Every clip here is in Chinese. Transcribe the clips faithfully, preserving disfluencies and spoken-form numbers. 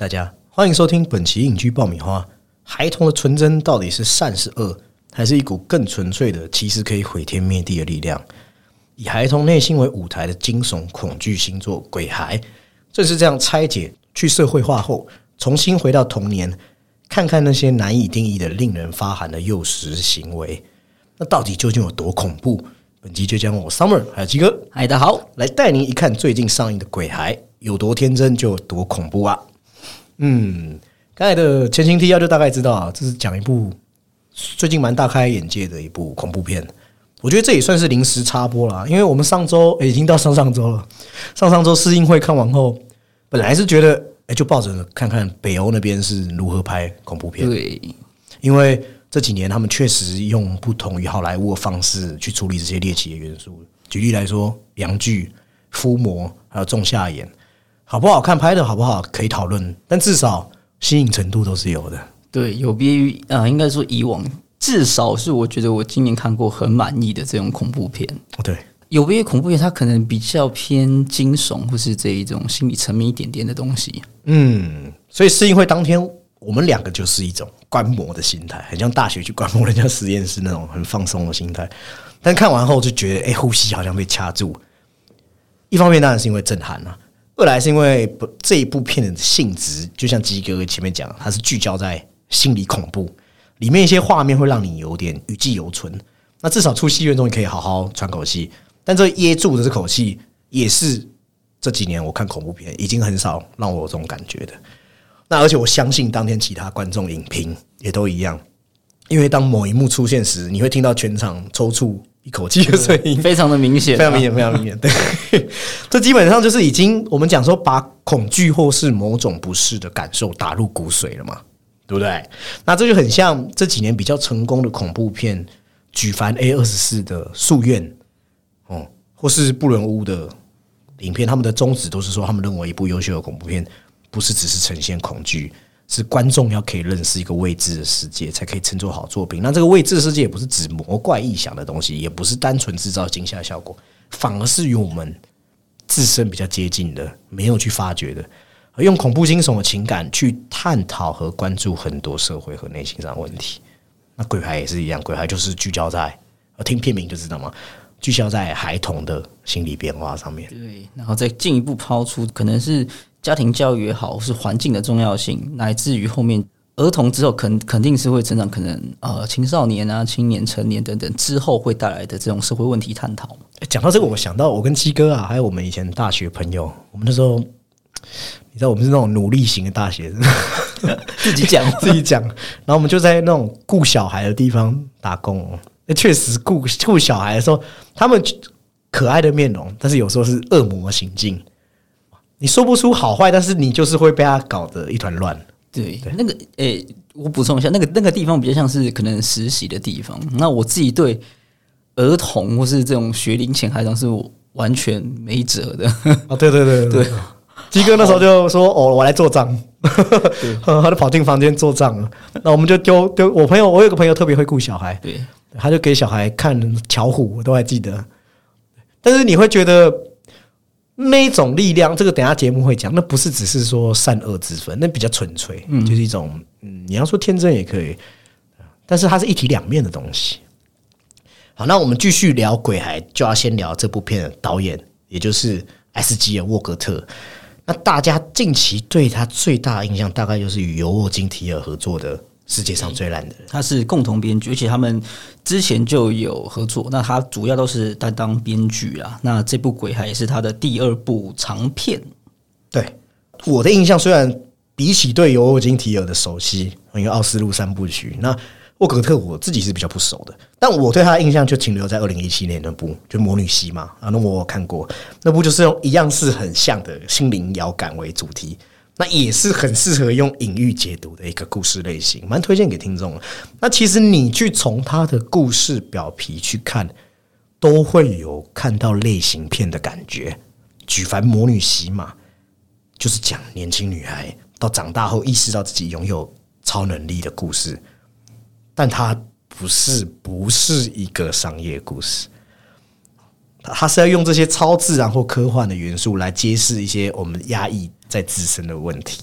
大家欢迎收听本期影剧爆米花。孩童的纯真到底是善是恶，还是一股更纯粹的其实可以毁天灭地的力量？以孩童内心为舞台的惊悚恐惧星座鬼孩，正是这样拆解去社会化后，重新回到童年，看看那些难以定义的令人发寒的幼时行为，那到底究竟有多恐怖？本集就将我 Summer 还有鸡哥， 嗨，大家好， 来带您一看最近上映的鬼孩有多天真就有多恐怖啊！嗯，刚才的前情提要就大概知道啊，这是讲一部最近蛮大开眼界的一部恐怖片。我觉得这也算是临时插播啦，因为我们上周、欸、已经到上上周了，上上周试映会看完后，本来是觉得、欸、就抱着看看北欧那边是如何拍恐怖片。 对， 因为这几年他们确实用不同于好莱坞的方式去处理这些猎奇的元素。举例来说，洋剧、伏魔还有仲夏夜，好不好看，拍的好不好可以讨论，但至少吸引程度都是有的。 对，有别于啊、呃，应该说以往，至少是我觉得我今年看过很满意的这种恐怖片。 对， 有别于恐怖片，它可能比较偏惊悚或是这一种心理层面一点点的东西。嗯， 所以试映会当天，我们两个就是一种观摩的心态，很像大学去观摩人家实验室那种很放松的心态。但看完后就觉得，哎、欸，呼吸好像被掐住。一方面当然是因为震撼啊，二来是因为这一部片的性质，就像鸡哥前面讲，它是聚焦在心理恐怖，里面一些画面会让你有点余悸犹存。那至少出戏院中你可以好好喘口气，但这噎住的这口气，也是这几年我看恐怖片已经很少让我有这种感觉的。那而且我相信当天其他观众影评也都一样，因为当某一幕出现时，你会听到全场抽搐一口气的声音， 非常的明显、啊， 非常明显，非常明显。对，这基本上就是已经我们讲说把恐惧或是某种不适的感受打入骨髓了嘛，对不对？那这就很像这几年比较成功的恐怖片，举凡 A 二十四 的《夙愿》哦，或是布伦屋的影片，他们的宗旨都是说，他们认为一部优秀的恐怖片不是只是呈现恐惧。是观众要可以认识一个未知的世界，才可以称作好作品。那这个未知的世界也不是指魔怪异想的东西，也不是单纯制造惊吓效果，反而是与我们自身比较接近的，没有去发掘的，而用恐怖惊悚的情感去探讨和关注很多社会和内心上的问题。那鬼孩也是一样，鬼孩就是聚焦在，听片名就知道嘛，聚焦在孩童的心理变化上面。 对，然后再进一步抛出可能是家庭教育也好，是环境的重要性，乃至于后面儿童之后肯肯定是会成长，可能呃青少年啊、青年、成年等等之后会带来的这种社会问题探讨。 讲到这个，我想到我跟鸡哥啊，还有我们以前大学朋友，我们那时候你知道我们是那种努力型的大学生， 自己讲自己讲，然后我们就在那种顾小孩的地方打工。确实顾顾小孩的时候，他们可爱的面容，但是有时候是恶魔行径。你说不出好坏，但是你就是会被他搞得一团乱。 对，对那个诶、欸，我补充一下，那个那个地方比较像是可能实习的地方。那我自己对儿童或是这种学龄前孩童是完全没辙的。 哦，对对对对，鸡哥那时候就说：“哦，我来做账。”他就跑进房间做账了。那我们就丢丢我朋友，我有个朋友特别会顾小孩， 对， 他就给小孩看巧虎，我都还记得。但是你会觉得。那一种力量，这个等一下节目会讲，那不是只是说善恶之分，那比较纯粹，嗯、就是一种，嗯，你要说天真也可以，但是它是一体两面的东西。好，那我们继续聊鬼孩，就要先聊这部片的导演，也就是 S. 吉尔沃格特。那大家近期对他最大的印象，大概就是与尤沃金提尔合作的世界上最烂的人， 他是共同编剧，而且他们之前就有合作。那他主要都是担当编剧啦。那这部《鬼孩》也是他的第二部长片。 对我的印象，虽然比起对尤沃金提尔的熟悉，因为奥斯陆三部曲，那沃格特我自己是比较不熟的，但我对他的印象就停留在二零一七年那部，就《魔女溪》嘛，啊，那我有看过，那部就是用一样是很像的心灵遥感为主题。那也是很适合用隐喻解读的一个故事类型，蛮推荐给听众的。那其实你去从他的故事表皮去看，都会有看到类型片的感觉。举凡《魔女席马》，就是讲年轻女孩到长大后意识到自己拥有超能力的故事，但它不是不是一个商业故事。他是要用这些超自然或科幻的元素来揭示一些我们压抑在自身的问题。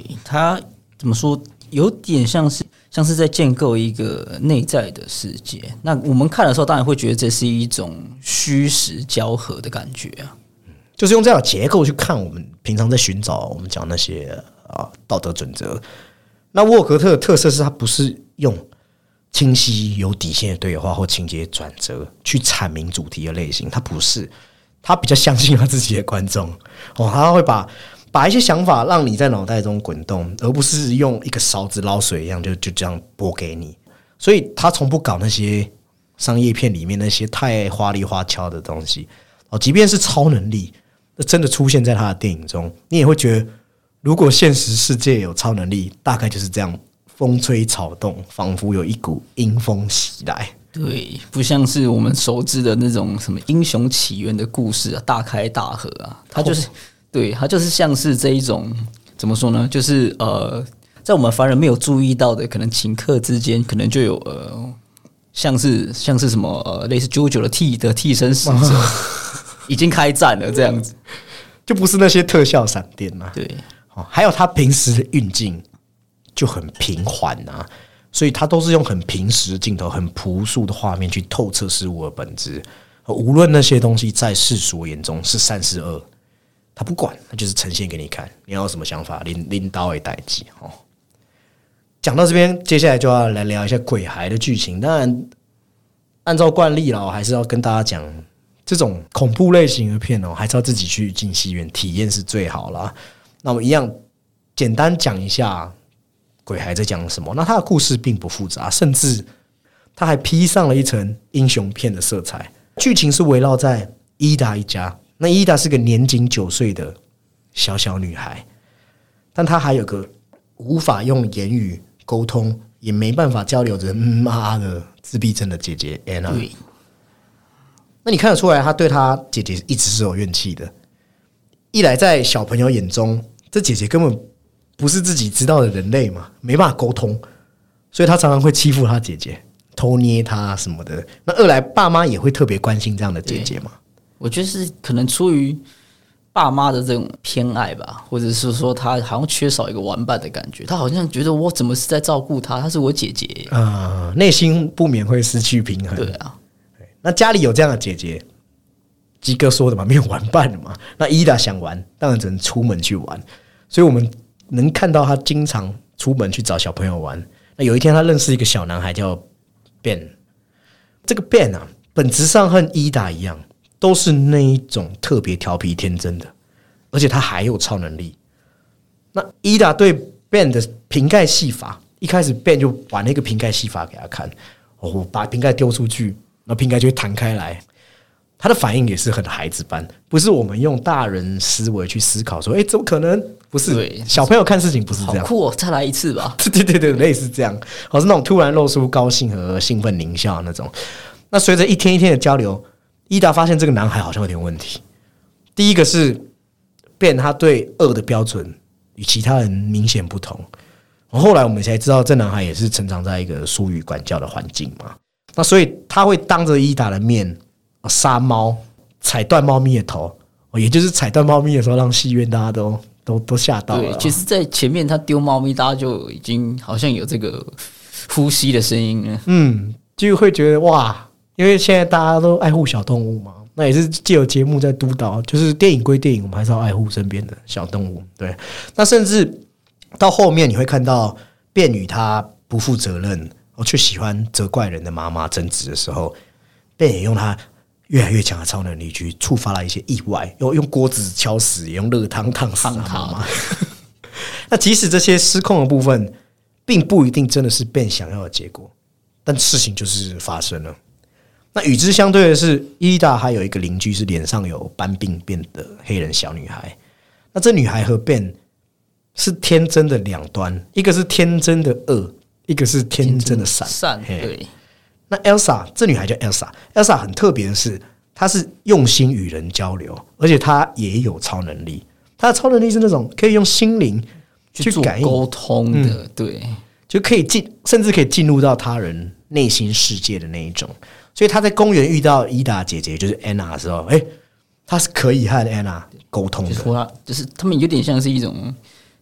他怎么说？有点像是像是在建构一个内在的世界。那我们看的时候，当然会觉得这是一种虚实交合的感觉啊。 就是用这样的结构去看我们平常在寻找我们讲那些啊道德准则。那沃格特的特色是他不是用清晰有底线的对话或情节转折去阐明主题的类型，他不是，他比较相信他自己的观众哦，他会把把一些想法让你在脑袋中滚动，而不是用一个勺子捞水一样就就这样拨给你。所以他从不搞那些商业片里面那些太花里花俏的东西哦，即便是超能力，那真的出现在他的电影中，你也会觉得，如果现实世界有超能力，大概就是这样。风吹草动，仿佛有一股阴风袭来。 对，不像是我们熟知的那种什么英雄起源的故事啊，大开大合啊，它就是，对，它就是像是这一种怎么说呢？就是呃，在我们凡人没有注意到的，可能顷刻之间，可能就有呃，像是像是什么呃，类似 JoJo 的替的替身使者已经开战了，这样子， 就不是那些特效闪电嘛。 对， 哦，还有他平时的运镜。就很平缓啊，所以他都是用很平实的镜头、很朴素的画面去透彻事物的本质。无论那些东西在世俗眼中是善是恶，他不管，他就是呈现给你看。你要有什么想法，拎拎刀为代际哦。讲到这边，接下来就要来聊一下鬼孩的剧情。当然，按照惯例啦，我还是要跟大家讲，这种恐怖类型的片哦，还是要自己去进戏院体验是最好啦。那我们一样简单讲一下。鬼孩在讲什么？那他的故事并不复杂，甚至他还披上了一层英雄片的色彩。剧情是围绕在伊达一家，那伊达是个年仅九岁的小小女孩，但她还有个无法用言语沟通，也没办法交流着妈的自闭症的姐姐 Anna。对，那你看得出来，她对她姐姐一直是有怨气的。一来，在小朋友眼中，这姐姐根本不是自己知道的人类嘛，没办法沟通，所以他常常会欺负他姐姐，偷捏他什么的。那二来，爸妈也会特别关心这样的姐姐嘛。 我觉得是可能出于爸妈的这种偏爱吧，或者是说他好像缺少一个玩伴的感觉，他好像觉得我怎么是在照顾他，她是我姐姐啊、呃，内心不免会失去平衡。 对啊， 那家里有这样的姐姐，鸡哥说的嘛，没有玩伴的嘛。那伊达想玩，当然只能出门去玩，所以我们能看到他经常出门去找小朋友玩。那有一天，他认识一个小男孩叫 Ben。这个 Ben 啊，本质上和伊达一样，都是那一种特别调皮天真的，而且他还有超能力。那伊达对 Ben 的瓶盖戏法，一开始 Ben 就把那个瓶盖戏法给他看，哦，把瓶盖丢出去，然后瓶盖就会弹开来。他的反应也是很孩子般，不是我们用大人思维去思考说，哎、欸，怎么可能？不是，小朋友看事情不是这样。 好酷哦，再来一次吧。 对对对对，类似这样，好是那种突然露出高兴和兴奋狞笑的那种。那随着一天一天的交流，伊达发现这个男孩好像有点问题。第一个是 Ben 他对恶的标准与其他人明显不同。后来我们才知道，这男孩也是成长在一个疏于管教的环境嘛。那所以他会当着伊达的面杀猫，踩断猫咪的头，也就是踩断猫咪的时候，让戏院大家都都都吓到了。 对，其实，在前面他丢猫咪，大家就已经好像有这个呼吸的声音了。 嗯，就会觉得哇，因为现在大家都爱护小动物嘛，那也是藉由节目在督导，就是电影归电影，我们还是要爱护身边的小动物。对，那甚至到后面你会看到卞与他不负责任，却喜欢责怪人的妈妈争执的时候，卞也用他越来越强的超能力去触发了一些意外，用用锅子敲死，也用热汤烫死他妈妈。那即使这些失控的部分，并不一定真的是卞想要的结果，但事情就是发生了。那与之相对的是，伊达还有一个邻居是脸上有斑病变的黑人小女孩。那这女孩和 Ben 是天真的两端，一个是天真的恶，一个是天真的善。 善对。 那 Elsa 这女孩叫 Elsa，Elsa 很特别的是，她是用心与人交流，而且她也有超能力。她的超能力是那种可以用心灵去感应沟通的，嗯、对， 就可以进，甚至可以进入到他人内心世界的那一种。所以他在公园遇到伊达姐姐，就是 Anna 的时候，哎、欸，他是可以和 Anna 沟通的， 就是他，就是他们有点像是一种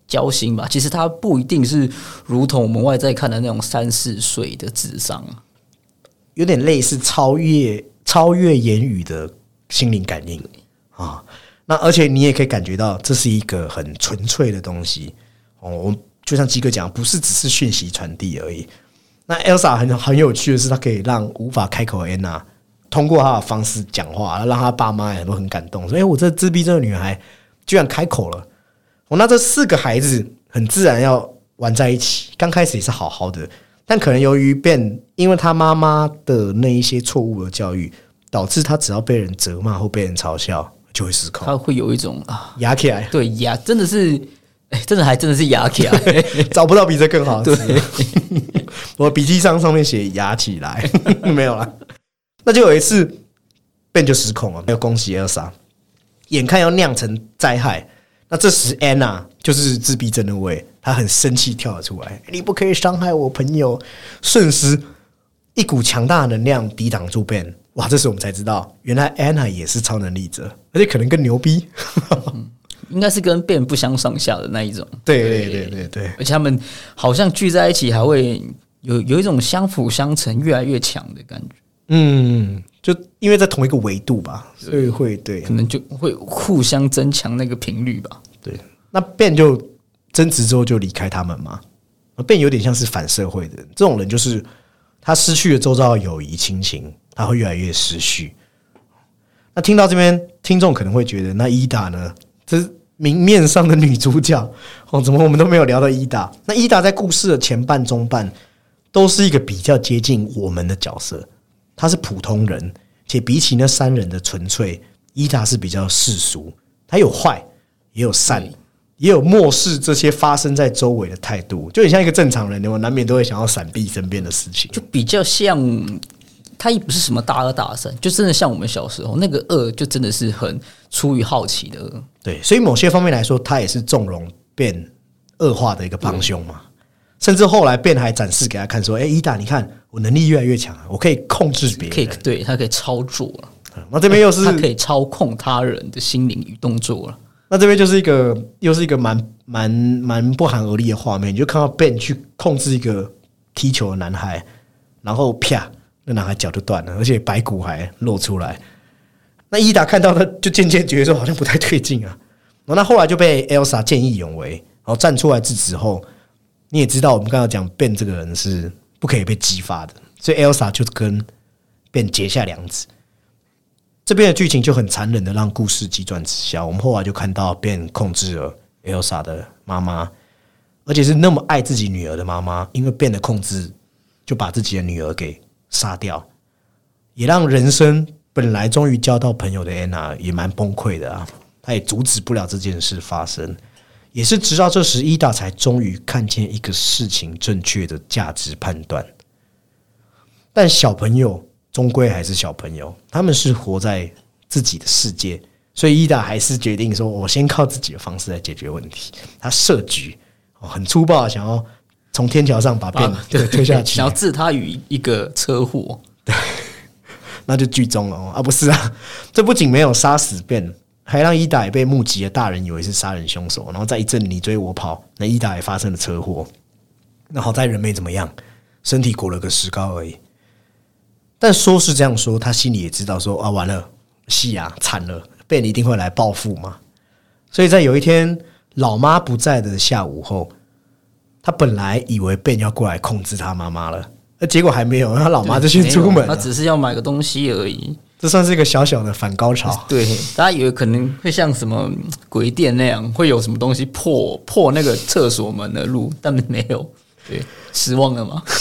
交心吧。其实他不一定是如同我们外在看的那种三四岁的智商， 有点类似超越超越言语的心灵感应啊。那而且你也可以感觉到这是一个很纯粹的东西哦。我就像基哥讲，不是只是讯息传递而已。那 Elsa 很很有趣的是，她可以让无法开口的 Anna 通过她的方式讲话，让她爸妈也都很感动。说：“哎、欸，我这自闭症的女孩居然开口了。”哦，那这四个孩子很自然要玩在一起。刚开始也是好好的，但可能由于 Ben 因为他妈妈的那一些错误的教育，导致他只要被人责骂或被人嘲笑，就会失控。 他会有一种啊， 压起来， 对，压真的是。欸、真的还真的是压起来， 找不到比这更好的词。我笔记上上面写压起来，没有啦。那就有一次 Ben 就失控了，要恭喜 Elsa， 眼看要酿成灾害。那这时 Anna 就是自闭症的位，她很生气跳了出来，你不可以伤害我朋友。瞬时一股强大的能量抵挡住 Ben。哇，这时我们才知道，原来 Anna 也是超能力者，而且可能更牛逼。 应该是跟 Ben 不相上下的那一种， 对对对对对， 而且他们好像聚在一起，还会有有一种相辅相成、越来越强的感觉。 嗯，就因为在同一个维度吧，所以会对， 可能就会互相增强那个频率吧。 对，那 Ben 就争执之后就离开他们嘛。Ben 有点像是反社会的人，这种人就是他失去了周遭的友谊亲情，他会越来越失序。那听到这边，听众可能会觉得，那伊达呢？这是明面上的女主角哦，怎么我们都没有聊到伊达？那伊达在故事的前半、中半都是一个比较接近我们的角色，她是普通人，且比起那三人的纯粹，伊达是比较世俗，她有坏，也有善，也有漠视这些发生在周围的态度，就很像一个正常人，我难免都会想要闪避身边的事情， 就比较像。他也不是什么大恶大善，就真的像我们小时候那个恶，就真的是很出于好奇的恶。 对，所以某些方面来说，他也是纵容变恶化的一个帮凶嘛。甚至后来变还展示给他看，说：“哎、欸，伊达，你看我能力越来越强，我可以控制别人， 可以对他可以操作了。 那这边又是他可以操控他人的心灵与动作了。 那这边就是一个又是一个蛮蛮蛮不寒而栗的画面，你就看到 Ben 去控制一个踢球的男孩，然后啪。”那男孩脚就断了，而且白骨还露出来。那伊达看到他，就渐渐觉得说好像不太对劲啊。然后那后来就被 Elsa 见义勇为，然后站出来制止后，你也知道我们刚刚讲 Ben 这个人是不可以被激发的，所以 Elsa 就跟 Ben 结下梁子。这边的剧情就很残忍的让故事急转直下。我们后来就看到 Ben 控制了 Elsa 的妈妈，而且是那么爱自己女儿的妈妈，因为 Ben 的控制，就把自己的女儿给杀掉，也让人生本来终于交到朋友的 Anna 也蛮崩溃的啊！她也阻止不了这件事发生，也是直到这时，伊达才终于看见一个事情正确的价值判断。但小朋友终归还是小朋友，他们是活在自己的世界，所以伊达还是决定说：“我先靠自己的方式来解决问题。”他设局，很粗暴，想要从天桥上把 Ben 推下去， 想要置他于一个车祸， 对，那就剧终了啊！不是啊，这不仅没有杀死 Ben， 还让伊达也被目击的大人以为是杀人凶手，然后在一阵你追我跑，那伊达也发生了车祸。那好在人没怎么样，身体裹了个石膏而已。但说是这样说，他心里也知道说啊，完了，戏啊，惨了 ，Ben 一定会来报复嘛。所以在有一天老妈不在的下午后，他本来以为 Ben 要过来控制他妈妈了，而结果还没有，他老妈就先出门了， 他只是要买个东西而已。 这算是一个小小的反高潮。 对，大家以为可能会像什么鬼店那样，会有什么东西破破那个厕所门的路，但没有。对，失望了吗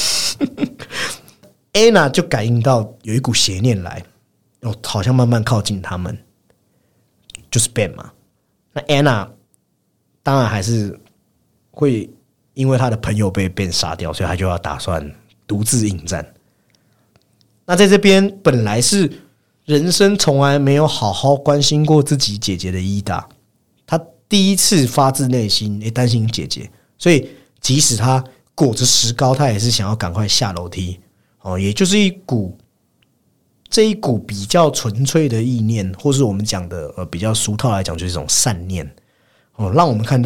？Anna 就感应到有一股邪念来，哦，好像慢慢靠近他们，就是 Ben 嘛。那 Anna 当然还是会因为他的朋友被 Ben 杀掉，所以他就要打算独自应战。那在这边本来是人生从来没有好好关心过自己姐姐的伊达，他第一次发自内心也担心姐姐，所以即使他裹着石膏，他也是想要赶快下楼梯。哦，也就是一股这一股比较纯粹的意念，或是我们讲的呃比较俗套来讲，就是一种善念哦，让我们看到，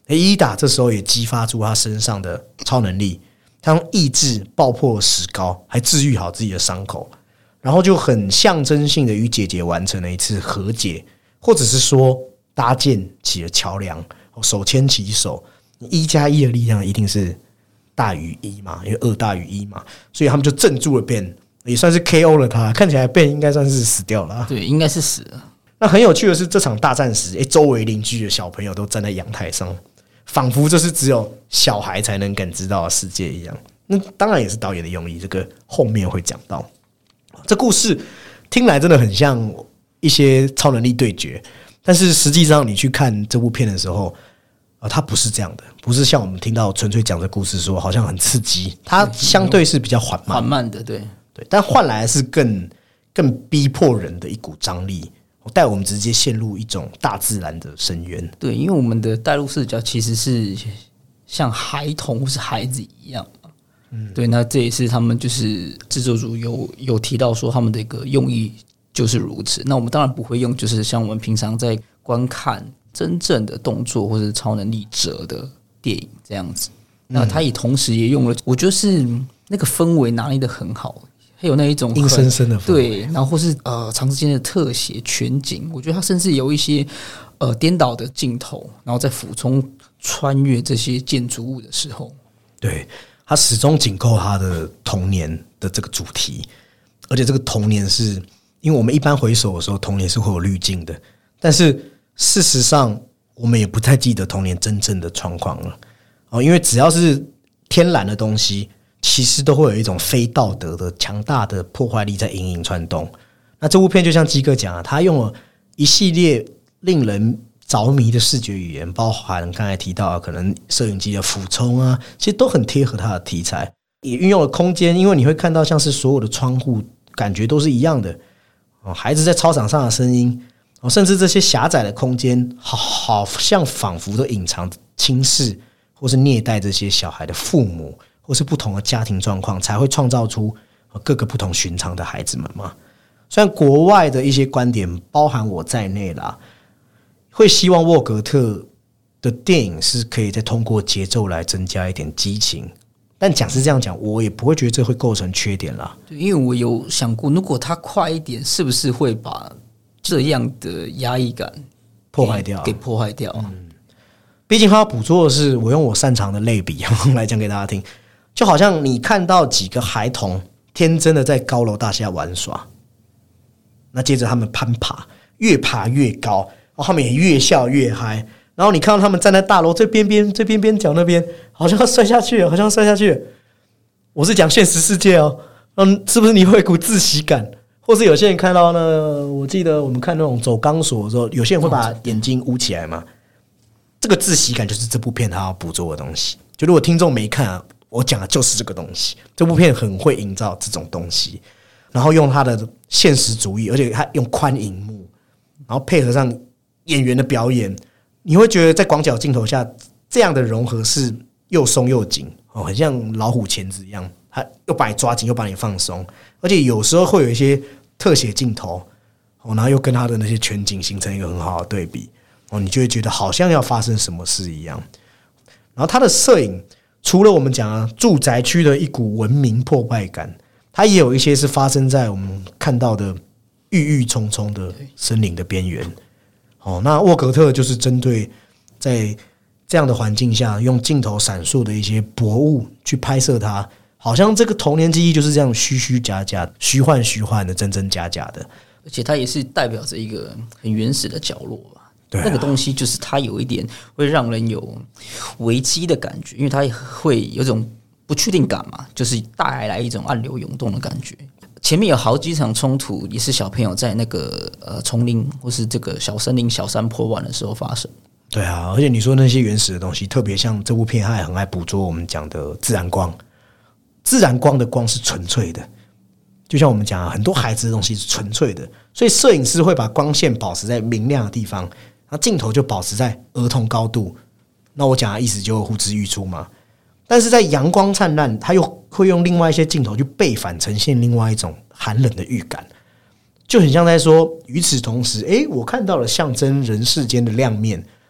伊达这时候也激发出他身上的超能力，他用意志爆破了石膏，还治愈好自己的伤口，然后就很象征性的与姐姐完成了一次和解，或者是说搭建起了桥梁，手牵起手，一加一的力量一定是大于一嘛，因为二大于一嘛，所以他们就镇住了 Ben， 也算是 K O 了他。看起来 Ben 应该算是死掉了， 对，应该是死了。 那很有趣的是，这场大战时，欸、周围邻居的小朋友都站在阳台上，仿佛这是只有小孩才能感知到的世界一样。那当然也是导演的用意，这个后面会讲到。这故事听来真的很像一些超能力对决，但是实际上你去看这部片的时候，呃，它不是这样的，不是像我们听到纯粹讲这故事说好像很刺激，它相对是比较缓慢， 缓慢的，对对，但换来是更更逼迫人的一股张力。带我们直接陷入一种大自然的深渊。 对，因为我们的带入视角其实是像孩童或是孩子一样嘛。嗯，对，那这也是他们就是制作组有有提到说他们的一个用意就是如此。那我们当然不会用，就是像我们平常在观看真正的动作或者超能力者的电影这样子。那他也同时也用了，我觉得是那个氛围拿捏得很好。还有那一种阴森森的氛围， 对，然后或是呃长时间的特写全景，我觉得它甚至有一些呃颠倒的镜头，然后在俯冲穿越这些建筑物的时候， 对，他始终紧扣他的童年的这个主题，而且这个童年是因为我们一般回首的时候，童年是会有滤镜的，但是事实上我们也不太记得童年真正的状况了哦，因为只要是天然的东西。其实都会有一种非道德的强大的破坏力在隐隐窜动。那这部片就像基哥讲啊，他用了一系列令人着迷的视觉语言，包含刚才提到的可能摄影机的俯冲啊，其实都很贴合他的题材。也运用了空间，因为你会看到像是所有的窗户感觉都是一样的，孩子在操场上的声音，甚至这些狭窄的空间好好像仿佛都隐藏轻视或是虐待这些小孩的父母，或是不同的家庭状况，才会创造出各个不同寻常的孩子们嘛。虽然国外的一些观点，包含我在内啦，会希望沃格特的电影是可以再通过节奏来增加一点激情，但讲是这样讲，我也不会觉得这会构成缺点啦。 对，因为我有想过，如果它快一点，是不是会把这样的压抑感破坏掉？ 给破坏掉。 嗯，毕竟他要捕捉的是我用我擅长的类比来讲给大家听。就好像你看到几个孩童天真的在高楼大厦玩耍，那接着他们攀爬，越爬越高，然后他们也越笑越嗨，然后你看到他们站在大楼最边边最边边角那边，好像要摔下去了，好像要摔下去了。我是讲现实世界哦，嗯，是不是你会有一股窒息感？或是有些人看到呢？我记得我们看那种走钢索的时候，有些人会把眼睛捂起来嘛。这个窒息感就是这部片它要捕捉的东西。就如果听众没看啊，我讲的就是这个东西。这部片很会营造这种东西，然后用它的现实主义，而且它用宽荧幕，然后配合上演员的表演，你会觉得在广角镜头下这样的融合是又松又紧，哦，很像老虎钳子一样，它又把你抓紧，又把你放松，而且有时候会有一些特写镜头，然后又跟它的那些全景形成一个很好的对比，你就会觉得好像要发生什么事一样。然后它的摄影除了我们讲啊住宅区的一股文明破败感，它也有一些是发生在我们看到的郁郁葱葱的森林的边缘。哦，那沃格特就是针对在这样的环境下，用镜头闪烁的一些薄雾去拍摄它，好像这个童年记忆就是这样虚虚假假、虚幻虚幻的、真真假假的。 而且它也是代表着一个很原始的角落吧。 对啊， 那个东西就是它有一点会让人有危机的感觉，因为它会有种不确定感嘛，就是带来一种暗流涌动的感觉。前面有好几场冲突，也是小朋友在那个呃丛林或是这个小森林、小山坡玩的时候发生。 对啊，而且你说那些原始的东西，特别像这部片，它也很爱捕捉我们讲的自然光。自然光的光是纯粹的，就像我们讲很多孩子的东西是纯粹的，所以摄影师会把光线保持在明亮的地方，那镜头就保持在儿童高度。那我讲的意思就呼之欲出嘛。但是在阳光灿烂，他又会用另外一些镜头去背反呈现另外一种寒冷的预感，就很像在说，与此同时，诶，我看到了象征人世间的亮面，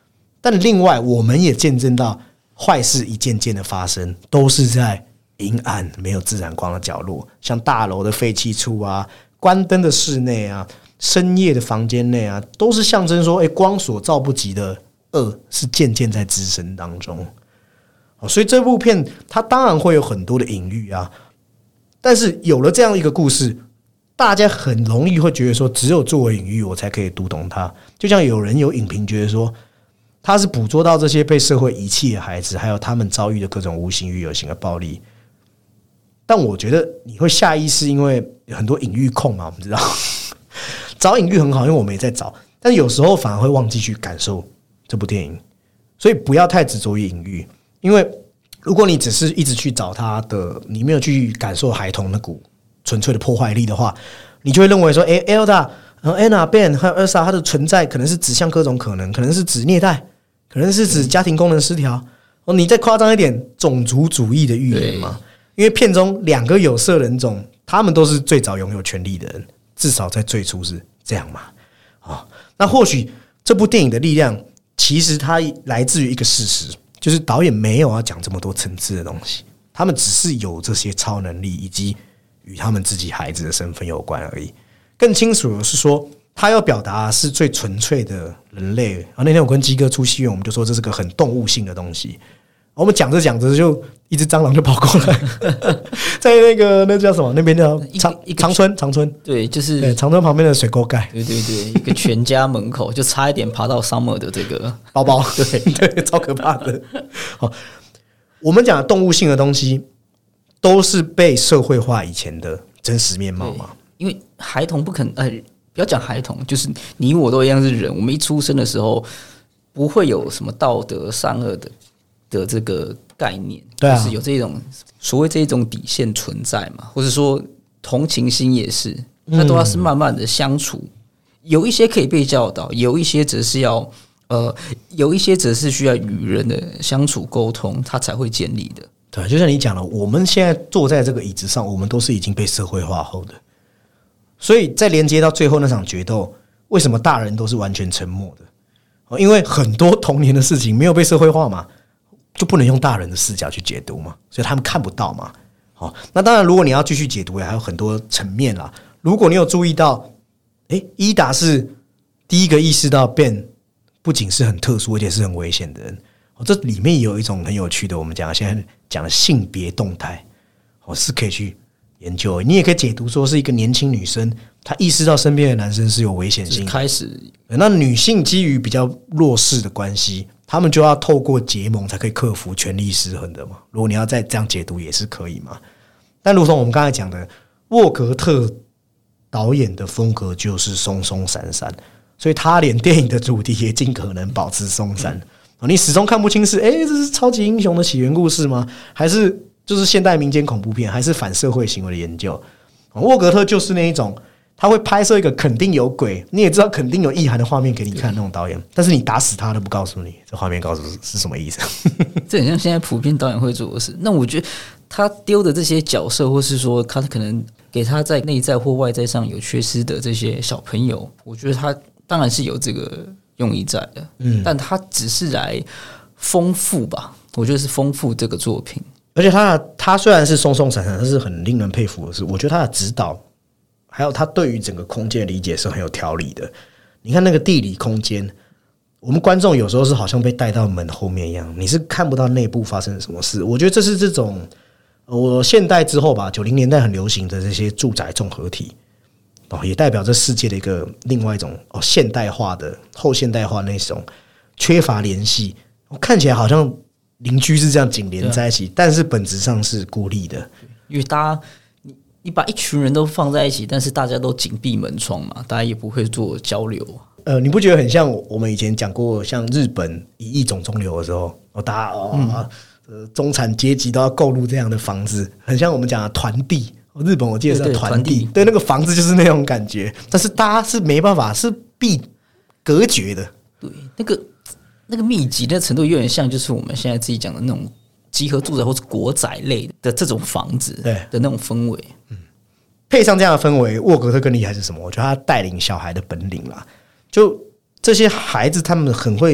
但另外我们也见证到坏事一件件的发生，都是在阴暗没有自然光的角落，像大楼的废弃处啊，关灯的室内啊，深夜的房间内啊，都是象征说，哎，光所照不及的恶是渐渐在滋生当中。所以这部片它当然会有很多的隐喻啊，但是有了这样一个故事，大家很容易会觉得说，只有作为隐喻我才可以读懂它。就像有人有影评觉得说，他是捕捉到这些被社会遗弃的孩子，还有他们遭遇的各种无形与有形的暴力。但我觉得你会下意识，因为很多隐喻控嘛，我们知道找隐喻很好，因为我们也在找，但有时候反而会忘记去感受这部电影。所以不要太执着于隐喻，因为如果你只是一直去找它的，你没有去感受孩童那股纯粹的破坏力的话，你就会认为说，哎 ，Elda、Anna、Ben 还有 Elsa 它的存在可能是指向各种可能，可能是指虐待，可能是指家庭功能失调。哦，你再夸张一点，种族主义的预言嘛。因为片中两个有色人种，他们都是最早拥有权利的人，至少在最初是这样嘛。哦，那或许这部电影的力量，其实它来自于一个事实，就是导演没有要讲这么多层次的东西，他们只是有这些超能力，以及与他们自己孩子的身份有关而已。更清楚的是说，他要表达的是最纯粹的人类。啊，那天我跟鸡哥出戏院，我们就说这是个很动物性的东西。我们讲着讲着，就一只蟑螂就跑过来，在那个那叫什么？那边叫长长春，长春对，就是对长春旁边的水沟盖， 对对对，一个全家门口就差一点爬到 Summer 的这个包包，对对，超可怕的。好，我们讲的动物性的东西，都是被社会化以前的真实面貌嘛。 因为孩童不肯，呃，不要讲孩童，就是你我都一样是人，我们一出生的时候不会有什么道德善恶的。的这个概念， 对啊， 就是有这种所谓这种底线存在嘛，或者说同情心也是，它都要是慢慢的相处，嗯、有一些可以被教导，有一些则是要呃，有一些则是需要与人的相处沟通，它才会建立的。 对，就像你讲了，我们现在坐在这个椅子上，我们都是已经被社会化后的，所以在连接到最后那场决斗，为什么大人都是完全沉默的？因为很多童年的事情没有被社会化嘛。就不能用大人的视角去解读嘛，所以他们看不到嘛。好，那当然，如果你要继续解读，还有很多层面啦。如果你有注意到，诶，伊达是第一个意识到 Ben 不仅是很特殊，而且是很危险的人。哦，这里面也有一种很有趣的，我们讲现在讲的性别动态，哦，是可以去研究。你也可以解读说，是一个年轻女生，她意识到身边的男生是有危险性， 开始。 那女性基于比较弱势的关系。他们就要透过结盟才可以克服权力失衡的嘛？如果你要再这样解读也是可以嘛。但如同我们刚才讲的，沃格特导演的风格就是松松散散，所以他连电影的主题也尽可能保持松散。你始终看不清是哎、欸，这是超级英雄的起源故事吗？还是就是现代民间恐怖片？还是反社会行为的研究？沃格特就是那一种。他会拍摄一个肯定有鬼，你也知道肯定有意涵的画面给你看那种导演，但是你打死他都不告诉你这画面告诉是什么意思。 这很像现在普遍导演会做的事。那我觉得他丢的这些角色，或是说他可能给他在内在或外在上有缺失的这些小朋友，我觉得他当然是有这个用意在的，嗯，但他只是来丰富吧，我觉得是丰富这个作品。 而且他他虽然是松松散散，但是很令人佩服的是，我觉得他的指导。还有他对于整个空间的理解是很有条理的。你看那个地理空间，我们观众有时候是好像被带到门后面一样，你是看不到内部发生了什么事。我觉得这是这种我现代之后吧，九零年代很流行的这些住宅综合体，哦，也代表这世界的一个另外一种哦现代化的后现代化那种缺乏联系，看起来好像邻居是这样紧连在一起，但是本质上是孤立的， 因为大家。你把一群人都放在一起，但是大家都紧闭门窗嘛，大家也不会做交流。 呃，你不觉得很像我们以前讲过，像日本以异种中流的时候，哦，大家哦、嗯呃，中产阶级都要购入这样的房子，很像我们讲的团地。日本我记得是团地，对，那个房子就是那种感觉，但是大家是没办法，是必隔绝的。 对，那个那个密集的程度有点像，就是我们现在自己讲的那种。集合住宅或是国宅类的这种房子的那种氛围， 嗯，配上这样的氛围，沃格特更厉害是什么？我觉得他带领小孩的本领啦，就这些孩子他们很会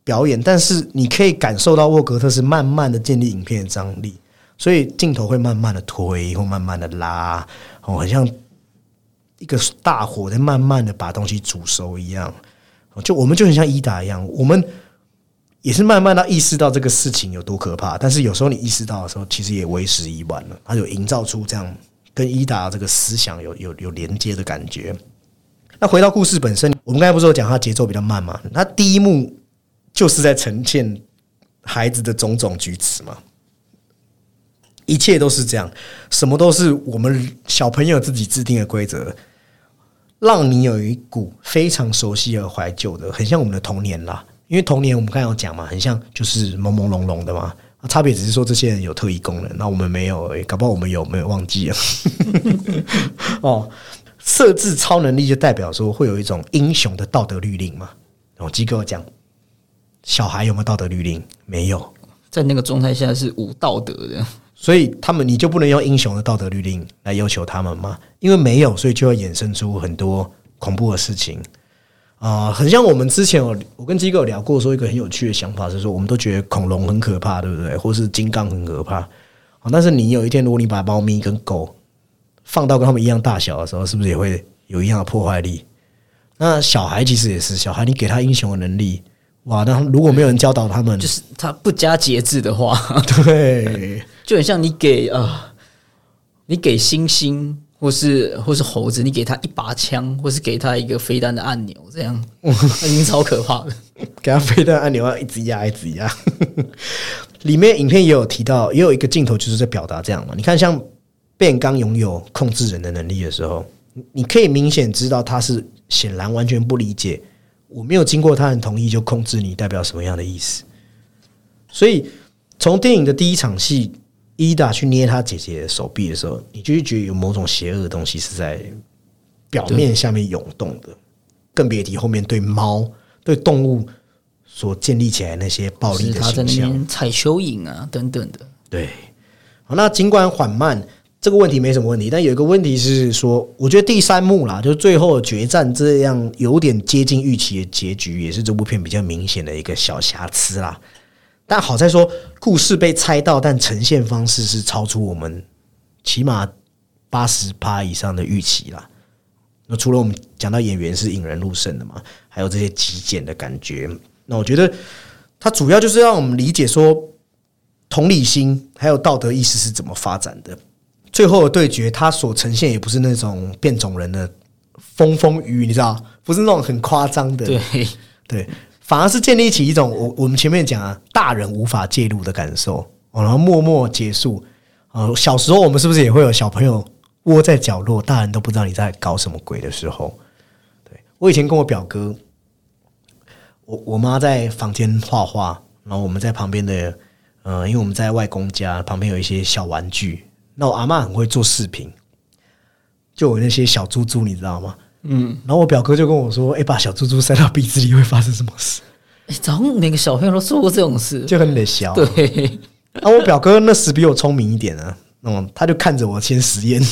表演，但是你可以感受到沃格特是慢慢的建立影片的张力，所以镜头会慢慢的推，或慢慢的拉，哦，很像一个大火在慢慢的把东西煮熟一样。就我们就很像伊达一样，我们也是慢慢的意识到这个事情有多可怕，但是有时候你意识到的时候，其实也为时已晚了。它有营造出这样跟伊达这个思想有有有连接的感觉。那回到故事本身，我们刚才不是有讲它节奏比较慢嘛？它第一幕就是在呈现孩子的种种举止嘛，一切都是这样，什么都是我们小朋友自己制定的规则。让你有一股非常熟悉而怀旧的，很像我们的童年啦。因为童年我们刚才有讲嘛，很像就是朦朦胧胧的嘛，差别只是说这些人有特异功能，那我们没有而已，搞不好我们有没有忘记了。哦，设置超能力就代表说会有一种英雄的道德律令嘛。然后机构讲，小孩有没有道德律令？没有， 在那个状态下是无道德的。 所以他们你就不能用英雄的道德律令来要求他们吗？因为没有，所以就会衍生出很多恐怖的事情啊、呃，很像我们之前有我跟机构有聊过，说一个很有趣的想法是说，我们都觉得恐龙很可怕，对不对？或是金刚很可怕、哦、但是你有一天如果你把猫咪跟狗放到跟他们一样大小的时候，是不是也会有一样的破坏力？那小孩其实也是，小孩你给他英雄的能力，哇，那如果没有人教导他们， 就是他不加节制的话， 对。就很像你给呃，你给猩猩或是或是猴子，你给他一把枪，或是给他一个飞弹的按钮，这样已经超可怕的。 给他飞弹按钮要一直压，一直压。里面影片也有提到，也有一个镜头就是在表达这样嘛。你看，像Ben刚拥有控制人的能力的时候，你可以明显知道他是显然完全不理解，我没有经过他人同意就控制你，代表什么样的意思。所以从电影的第一场戏。伊达去捏他姐姐的手臂的时候，你就会觉得有某种邪恶的东西是在表面下面涌动的，更别提后面对猫、对动物所建立起来那些暴力的形象， 他在那边采蚯蚓啊等等的。 对，好，那尽管缓慢，这个问题没什么问题，但有一个问题是说，我觉得第三幕啦，就是最后的决战这样有点接近预期的结局，也是这部片比较明显的一个小瑕疵啦。但好在说故事被猜到，但呈现方式是超出我们起码 百分之八十 以上的预期啦。那除了我们讲到演员是引人入胜的嘛，还有这些极简的感觉，那我觉得它主要就是让我们理解说同理心还有道德意识是怎么发展的。最后的对决它所呈现也不是那种变种人的风风雨雨，你知道，不是那种很夸张的， 对对，反而是建立起一种我我们前面讲啊，大人无法介入的感受，哦、然后默默结束、呃。小时候我们是不是也会有小朋友窝在角落，大人都不知道你在搞什么鬼的时候？对，我以前跟我表哥，我我妈在房间画画，然后我们在旁边的，呃，因为我们在外公家旁边有一些小玩具，那我阿嬷很会做饰品，就有那些小猪猪，你知道吗？嗯，然后我表哥就跟我说：“哎、欸，把小猪猪塞到鼻子里会发生什么事？” 哎、欸，早上每个小朋友都做过这种事， 就很得小。 对， 然后我表哥那时比我聪明一点啊，嗯，他就看着我先实验，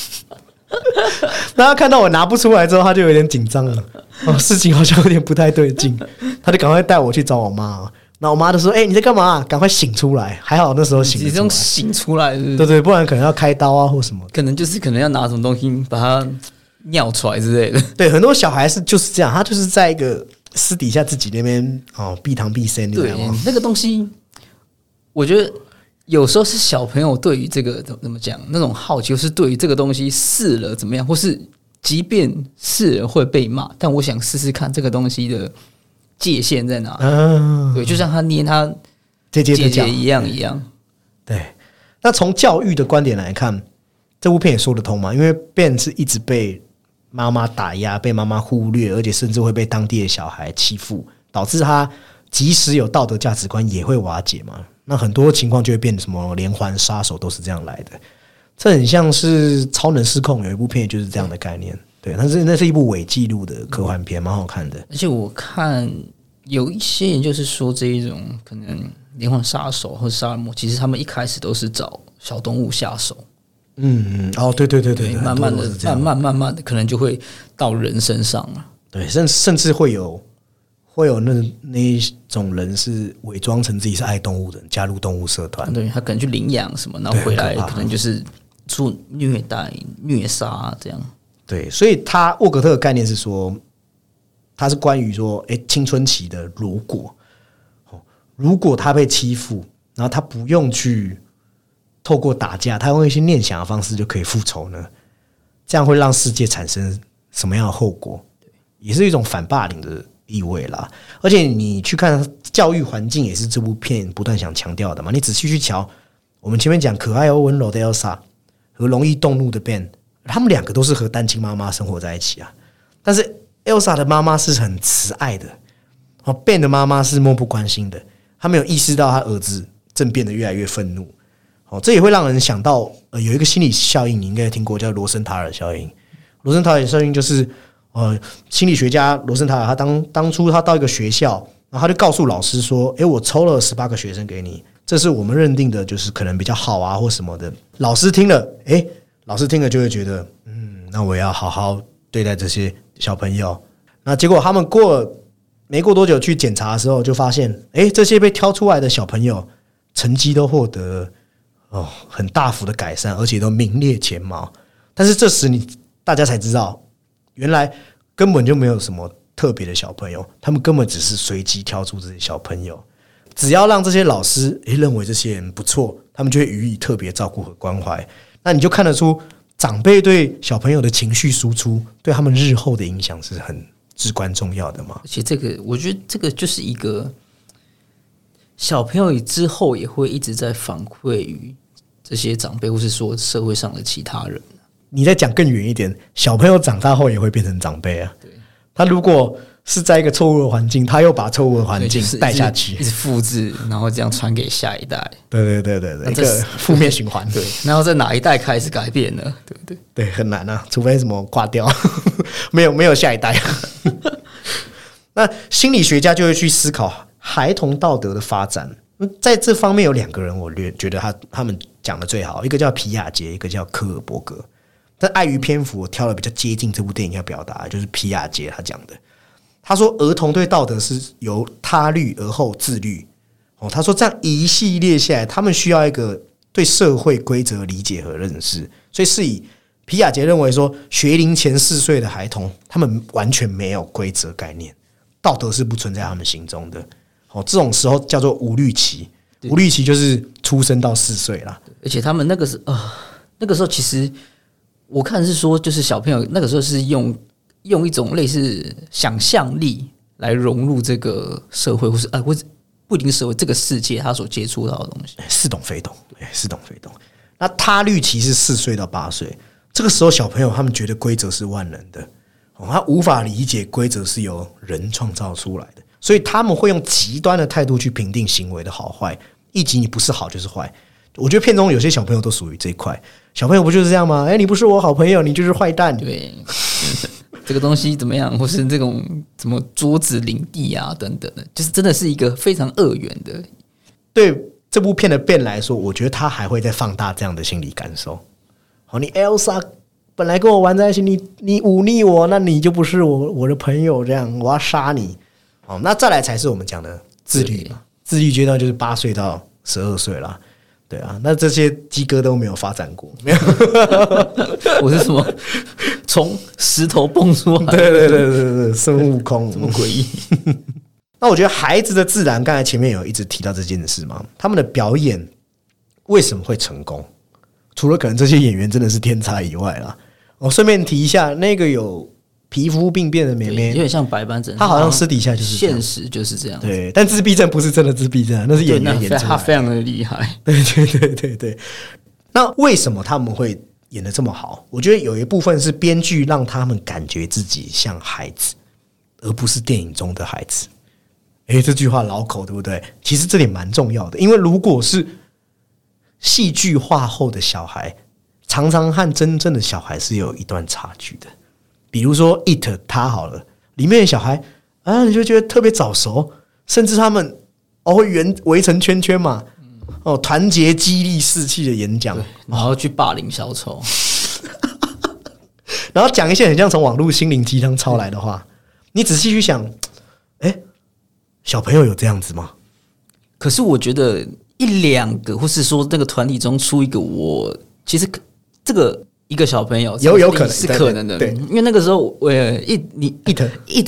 然后他看到我拿不出来之后，他就有点紧张了，哦，事情好像有点不太对劲，他就赶快带我去找我妈。然后我妈就说：“哎、欸，你在干嘛？赶快醒出来！”还好那时候醒得出来， 这种醒出来是不是， 对对，不然可能要开刀啊或什么， 可能就是可能要拿什么东西把它尿出来之类的。 对，很多小孩是就是这样，他就是在一个私底下自己那边哦避糖避身， 对，那个东西，我觉得有时候是小朋友对于这个怎么讲，那种好奇，就是对于这个东西试了怎么样，或是即便试了会被骂，但我想试试看这个东西的界限在哪里。啊、对，就像他捏他姐姐一样一样。 对，那从教育的观点来看，这部片也说得通嘛，因为 Ben 是一直被妈妈打压，被妈妈忽略，而且甚至会被当地的小孩欺负，导致他即使有道德价值观也会瓦解嘛。那很多情况就会变成什么连环杀手都是这样来的，这很像是超能失控有一部片就是这样的概念。对，那是那是一部伪纪录的科幻片，蛮好看的。 而且我看有一些人就是说，这一种可能连环杀手或者杀人魔，其实他们一开始都是找小动物下手。 嗯嗯，哦，对对对 对, 对， 慢慢的、慢慢慢慢的，可能就会到人身上了。 对，甚甚至会有会有那那一种人是伪装成自己是爱动物的人，加入动物社团。 对，他可能去领养什么，然后回来可能就是做虐待、虐杀这样。 对，所以他沃格特的概念是说，他是关于说，哎，青春期的如果，如果他被欺负，然后他不用去透过打架，他用一些念想的方式就可以复仇呢？这样会让世界产生什么样的后果？也是一种反霸凌的意味啦。而且你去看教育环境，也是这部片不断想强调的嘛。你仔细去瞧，我们前面讲可爱又温柔的 Elsa 和容易动怒的 Ben， 他们两个都是和单亲妈妈生活在一起啊。但是 Elsa 的妈妈是很慈爱的， Ben 的妈妈是漠不关心的。他没有意识到他儿子正变得越来越愤怒。这也会让人想到，呃，有一个心理效应，你应该听过，叫罗森塔尔效应。罗森塔尔效应就是，呃，心理学家罗森塔尔他当当初他到一个学校，然后他就告诉老师说：“诶，我抽了十八个学生给你，这是我们认定的，就是可能比较好啊，或什么的。”老师听了，诶，老师听了就会觉得，嗯，那我要好好对待这些小朋友。那结果他们过了没过多久去检查的时候，就发现，诶，这些被挑出来的小朋友成绩都获得哦，很大幅的改善，而且都名列前茅。但是这时你大家才知道，原来根本就没有什么特别的小朋友，他们根本只是随机挑出这些小朋友。只要让这些老师诶认为这些人不错，他们就会予以特别照顾和关怀。那你就看得出，长辈对小朋友的情绪输出，对他们日后的影响是很至关重要的嘛。 而且这个，我觉得这个就是一个小朋友之后也会一直在反馈于这些长辈，或是说社会上的其他人。 你再讲更远一点，小朋友长大后也会变成长辈啊。他如果是在一个错误的环境，他又把错误的环境带下去， 一直复制，然后这样传给下一代。 对对对对对，一个负面循环。 对，然后在哪一代开始改变呢？对不对？ 对，很难啊，除非什么挂掉，没有没有下一代。那心理学家就会去思考孩童道德的发展。在这方面有两个人，我觉得他他们讲的最好，一个叫皮亚杰，一个叫科尔伯格。但碍于篇幅，我挑了比较接近这部电影要表达，就是皮亚杰他讲的。他说，儿童对道德是由他律而后自律。哦，他说这样一系列下来，他们需要一个对社会规则理解和认识。所以是以皮亚杰认为说，学龄前四岁的孩童，他们完全没有规则概念，道德是不存在他们心中的。哦，这种时候叫做无律期，无律期就是出生到四岁啦。 而且他们那个是啊、呃，那个时候其实我看是说，就是小朋友那个时候是用用一种类似想象力来融入这个社会，或是啊，或是不一定社会这个世界他所接触到的东西， 似懂非懂，似懂非懂。那他律期是四岁到八岁，这个时候小朋友他们觉得规则是万能的，哦，他无法理解规则是由人创造出来的。所以他们会用极端的态度去评定行为的好坏，以及你不是好就是坏。我觉得片中有些小朋友都属于这一块。小朋友不就是这样吗？哎，你不是我好朋友，你就是坏蛋。 对，这个东西怎么样，或是这种什么桌子领地啊等等的，就是真的是一个非常二元的。 对这部片的Ben来说，我觉得他还会再放大这样的心理感受。好，你 Elsa 本来跟我玩在一起，你你忤逆我，那你就不是我我的朋友，这样我要杀你。哦，那再来才是我们讲的自律嘛，自律阶段就是八岁到十二岁啦，对啊，那这些鸡哥都没有发展过，没有， 我是什么从石头蹦出来？ 对对对对对，孙悟空这么诡异。 那我觉得孩子的自然，刚才前面有一直提到这件事嘛，他们的表演为什么会成功？除了可能这些演员真的是天才以外啦，我顺便提一下，那个有皮肤病变的妹妹， 有点像白斑症， 她好像私底下就是现实就是这样。 对，但自闭症不是真的自闭症，那是演员演出来的。 她非常的厉害。 对对对对对。那为什么他们会演得这么好？我觉得有一部分是编剧让他们感觉自己像孩子，而不是电影中的孩子。诶，这句话老口，对不对？其实这点蛮重要的，因为如果是戏剧化后的小孩，常常和真正的小孩是有一段差距的。比如说 It 他好了，里面的小孩啊，你就觉得特别早熟，甚至他们哦会圆围成圈圈嘛，哦团结激励士气的演讲， 然后去霸凌小丑， 然后讲一些很像从网络心灵鸡汤抄来的话。你仔细去想，哎， 小朋友有这样子吗？ 可是我觉得一两个，或是说那个团体中出一个我，其实这个一个小朋友有有可能是可能的， 对， 因为那个时候呃一你 it it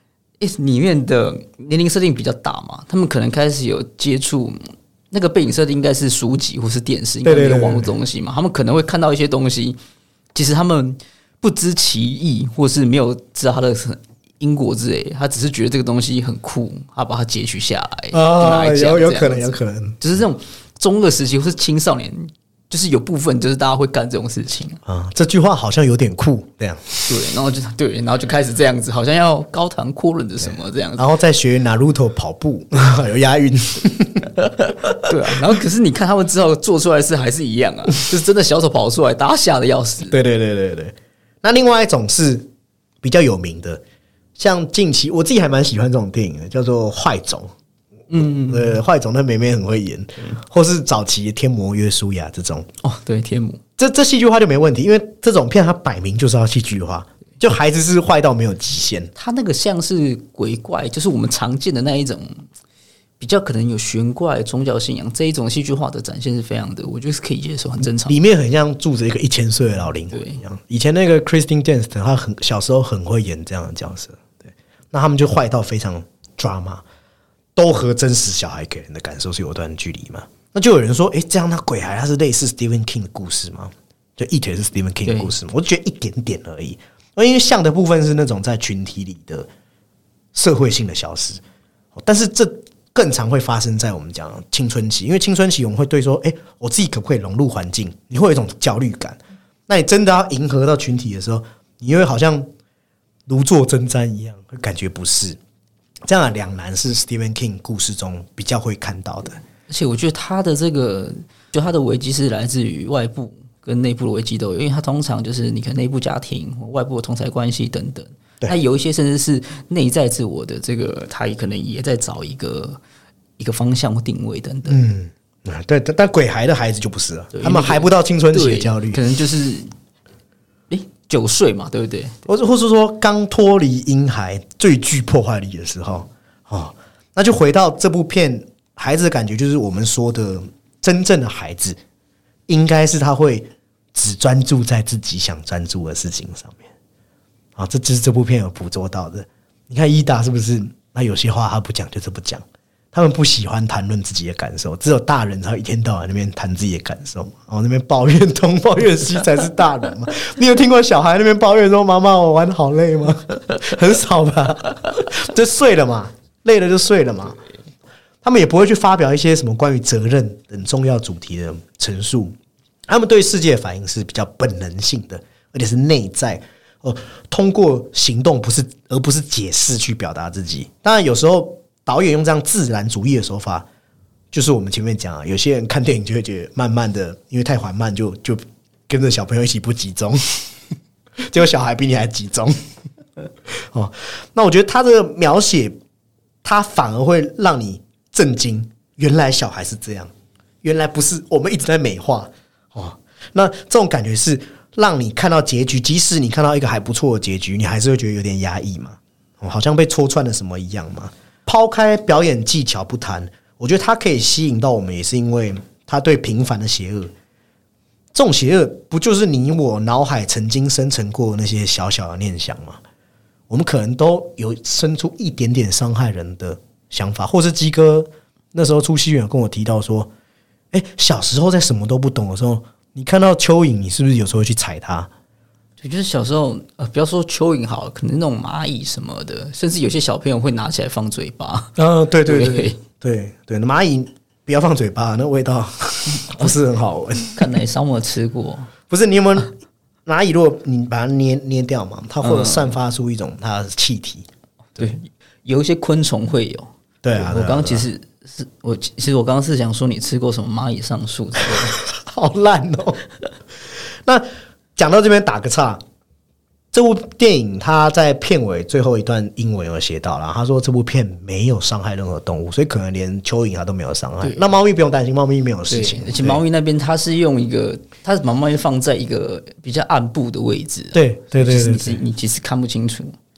it 里面的年龄设定比较大嘛，他们可能开始有接触。那个背景设定应该是书籍或是电视，应该没有网络东西嘛？他们可能会看到一些东西，其实他们不知其意，或是没有知道它的因果之类，他只是觉得这个东西很酷，他把它截取下来啊，有有可能，有可能， 就是这种中二时期或是青少年，就是有部分就是大家会干这种事情啊。这句话好像有点酷，这样对，然后就对，然后就开始这样子，好像要高谈阔论的什么这样子， 然后再学 Naruto 跑步，有押韵。 对啊，然后可是你看他们之后做出来的事还是一样啊，就是真的小丑跑出来，大家吓得要死。 对对对对对。那另外一种是比较有名的，像近期我自己还蛮喜欢这种电影的，叫做《坏种》。嗯，呃，坏种那妹妹很会演，或是早期的《天魔约书亚》这种。 哦，对，天魔， 这这戏剧化就没问题，因为这种片它摆明就是要戏剧化。就孩子是坏到没有极限， 他那个像是鬼怪，就是我们常见的那一种。比较可能有玄怪宗教信仰这一种戏剧化的展现是非常的，我觉得是可以接受，很正常。 里面很像住着一个一千岁的老灵魂一样。以前那个 Kristen Dunst 他很小时候很会演这样的角色，对，那他们就坏到非常 drama， 都和真实小孩给人的感受是有段距离嘛。那就有人说，哎、欸，这样那鬼孩他是类似 Stephen King 的故事吗？就 It 是 Stephen King 的故事吗？我就觉得一点点而已，因为像的部分是那种在群体里的社会性的消失，但是这。更常会发生在我们讲青春期，因为青春期我们会对说，哎、欸，我自己可不可以融入环境？你会有一种焦虑感。那你真的要迎合到群体的时候，你会好像如坐针毡一样，会感觉不是。这样的两难是 Stephen King 故事中比较会看到的。 而且我觉得他的这个，就他的危机是来自于外部跟内部的危机都有，因为他通常就是你可能内部家庭、外部的同侪关系等等。那有一些甚至是内在自我的这个，他可能也在找一个一个方向或定位等等。 嗯，对，但鬼孩的孩子就不是了，他们还不到青春期的焦虑， 可能就是诶九岁嘛，对不对？ 或者或是说刚脱离婴孩最具破坏力的时候，哦，那就回到这部片，孩子的感觉就是我们说的真正的孩子，应该是他会只专注在自己想专注的事情上面。啊，这就是这部片有捕捉到的。你看伊达是不是？那有些话他不讲就是不讲，他们不喜欢谈论自己的感受，只有大人才会一天到晚那边谈自己的感受，然后那边抱怨东抱怨西才是大人嘛。你有听过小孩那边抱怨说妈妈我玩好累吗？很少吧，就睡了嘛，累了就睡了嘛。他们也不会去发表一些什么关于责任等重要主题的陈述，他们对世界的反应是比较本能性的，而且是内在。哦，通过行动不是，而不是解释去表达自己。当然，有时候导演用这样自然主义的手法，就是我们前面讲啊，有些人看电影就会觉得慢慢的，因为太缓慢就，就就跟着小朋友一起不集中，结果小孩比你还集中。哦，那我觉得他这个描写，他反而会让你震惊，原来小孩是这样，原来不是我们一直在美化哦。那这种感觉是。让你看到结局，即使你看到一个还不错的结局，你还是会觉得有点压抑嘛，哦、好像被戳穿了什么一样嘛。抛开表演技巧不谈，我觉得它可以吸引到我们，也是因为它对平凡的邪恶，这种邪恶不就是你我脑海曾经生成过那些小小的念想吗？我们可能都有生出一点点伤害人的想法，或是鸡哥那时候出戏院跟我提到说，哎、欸，小时候在什么都不懂的时候。你看到蚯蚓，你是不是有时候会去踩它？ 对，就是小时候，呃，不要说蚯蚓好了，可能那种蚂蚁什么的，甚至有些小朋友会拿起来放嘴巴。嗯、 啊，对对对对对对，蚂蚁不要放嘴巴，那味道不是很好闻。 看来烧没吃过， 不是你有没有蚂蚁？如果你把它捏捏掉嘛，它会有散发出一种它的气体。 对，对有一些昆虫会有。 对啊， 我刚刚其实是我其实我刚刚是想说，你吃过什么蚂蚁上树之类的？ 好烂哦！那讲到这边打个岔，这部电影它在片尾最后一段英文有写到了，他说这部片没有伤害任何动物，所以可能连蚯蚓它都没有伤害。那猫咪不用担心，猫咪没有事情。 而且猫咪那边它是用一个，它把猫咪放在一个比较暗部的位置， 对对对对， 你你其实看不清楚。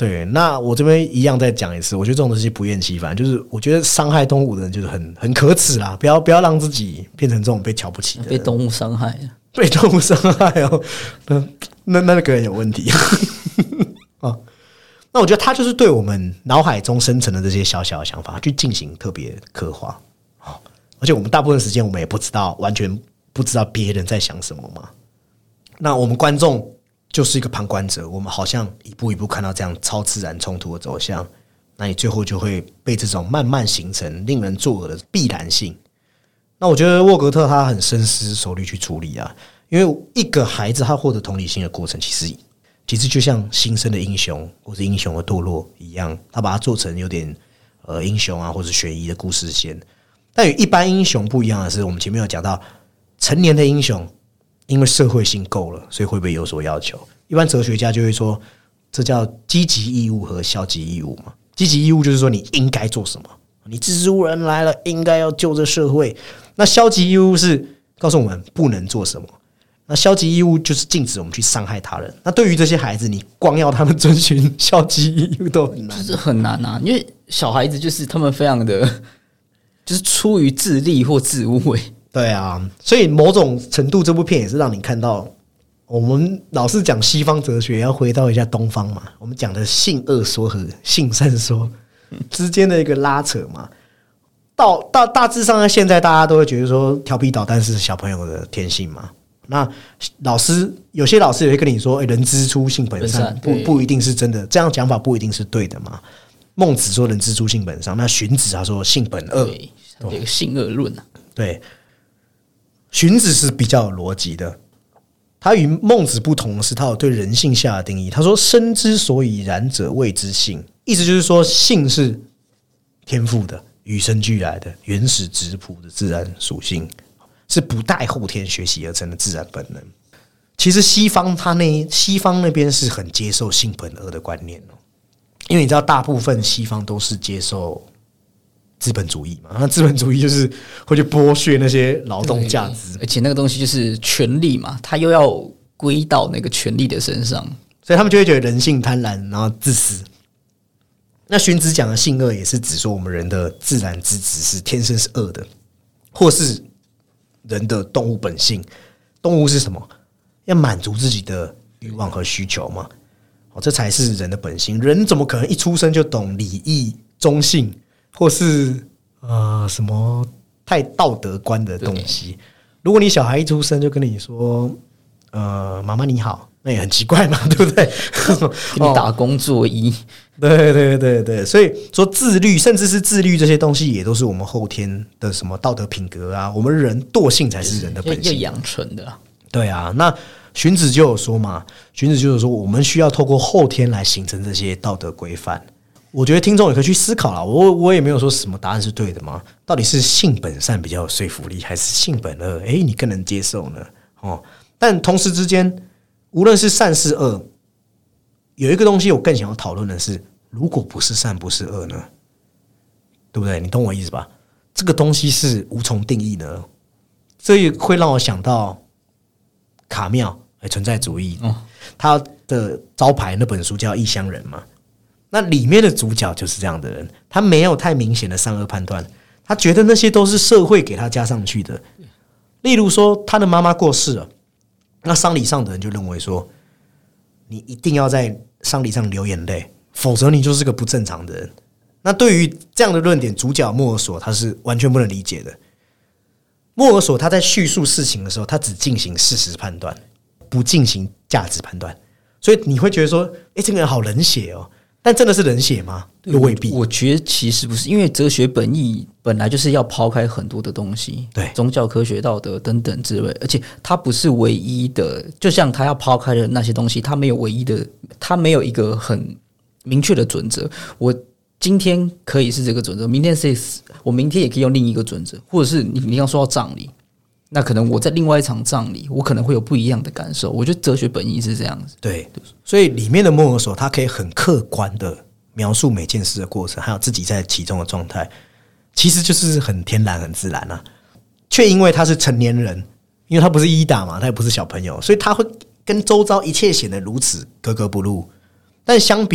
对，那我这边一样再讲一次，我觉得这种东西不厌其烦，就是我觉得伤害动物的人就是很很可耻啦，不要不要让自己变成这种被瞧不起的人， 被动物伤害， 被动物伤害哦，那那那个人有问题啊。那我觉得他就是对我们脑海中生成的这些小小的想法去进行特别刻画，而且我们大部分时间我们也不知道，完全不知道别人在想什么嘛。那我们观众就是一个旁观者，我们好像一步一步看到这样超自然冲突的走向，那你最后就会被这种慢慢形成令人作恶的必然性。那我觉得沃格特他很深思熟虑去处理啊，因为一个孩子他获得同理心的过程，其实其实就像新生的英雄或是英雄的堕落一样，他把它做成有点呃英雄啊或是悬疑的故事线。但与一般英雄不一样的是，我们前面有讲到，成年的英雄因为社会性够了，所以会被有所要求。一般哲学家就会说，这叫积极义务和消极义务嘛。积极义务就是说你应该做什么，你蜘蛛人来了，应该要救这社会。那消极义务是告诉我们不能做什么。那消极义务就是禁止我们去伤害他人。那对于这些孩子，你光要他们遵循消极义务都很难， 就是很难啊。因为小孩子就是他们非常的，就是出于自利或自卫。 对啊，所以某种程度，这部片也是让你看到，我们老是讲西方哲学，要回到一下东方嘛。我们讲的性恶说和性善说之间的一个拉扯嘛。到大大致上，现在大家都会觉得说，调皮捣蛋是小朋友的天性嘛。那老师有些老师也会跟你说，欸、人之初性本善，不不一定是真的，这样讲法不一定是对的嘛。孟子说人之初性本善，那荀子他说性本恶， 有一个性恶论啊。 对，荀子是比较有逻辑的，他与孟子不同的是，他有对人性下的定义。他说：“生之所以然者，谓之性。”意思就是说，性是天赋的、与生俱来的、原始质朴的自然属性。是不待后天学习而成的自然本能。其实西方他那西方那边是很接受性本恶的观念哦，因为你知道大部分西方都是接受资本主义嘛，那资本主义就是会去剥削那些劳动价值， 而且那个东西就是权力嘛，他又要归到那个权力的身上， 所以他们就会觉得人性贪婪，然后自私。那荀子讲的性恶也是指说我们人的自然之子是天生是恶的，或是人的动物本性。动物是什么？要满足自己的欲望和需求嘛，这才是人的本性。人怎么可能一出生就懂礼义忠信，或是呃什么太道德观的东西？如果你小孩一出生就跟你说，呃，妈妈你好，那也很奇怪嘛，对不对？ 给你打工作揖， 对对对对，所以说自律，甚至是自律这些东西，也都是我们后天的什么道德品格啊，我们人惰性才是人的本性， 要养成的。 对啊，那荀子就有说嘛，荀子就有说，我们需要透过后天来形成这些道德规范。我觉得听众也可以去思考啦，我我也没有说什么答案是对的嘛，到底是性本善比较有说服力，还是性本恶？哎，你更能接受呢？哦，但同时之间，无论是善是恶，有一个东西我更想要讨论的是，如果不是善不是恶呢？对不对？你懂我意思吧？这个东西是无从定义的，这也会让我想到卡缪存在主义，哦，他的招牌那本书叫《异乡人》嘛。那里面的主角就是这样的人，他没有太明显的善恶判断，他觉得那些都是社会给他加上去的。例如说，他的妈妈过世了，那丧礼上的人就认为说，你一定要在丧礼上流眼泪，否则你就是个不正常的人。那对于这样的论点，主角莫尔索他是完全不能理解的。莫尔索他在叙述事情的时候，他只进行事实判断，不进行价值判断，所以你会觉得说，哎，这个人好冷血哦。但真的是冷血吗？又未必。 我觉得其实不是，因为哲学本意本来就是要抛开很多的东西， 对， 宗教、科学、道德等等之类，而且它不是唯一的。就像他要抛开的那些东西，它没有唯一的，它没有一个很明确的准则。我今天可以是这个准则，明天是我明天也可以用另一个准则，或者是你你刚说到葬礼。那可能我在另外一场葬礼，我可能会有不一样的感受。我觉得哲学本意是这样子， 对，所以里面的莫尔索他可以很客观的描述每件事的过程，还有自己在其中的状态，其实就是很天然、很自然啊。却因为他是成年人，因为他不是伊达嘛，他也不是小朋友，所以他会跟周遭一切显得如此格格不入。但相比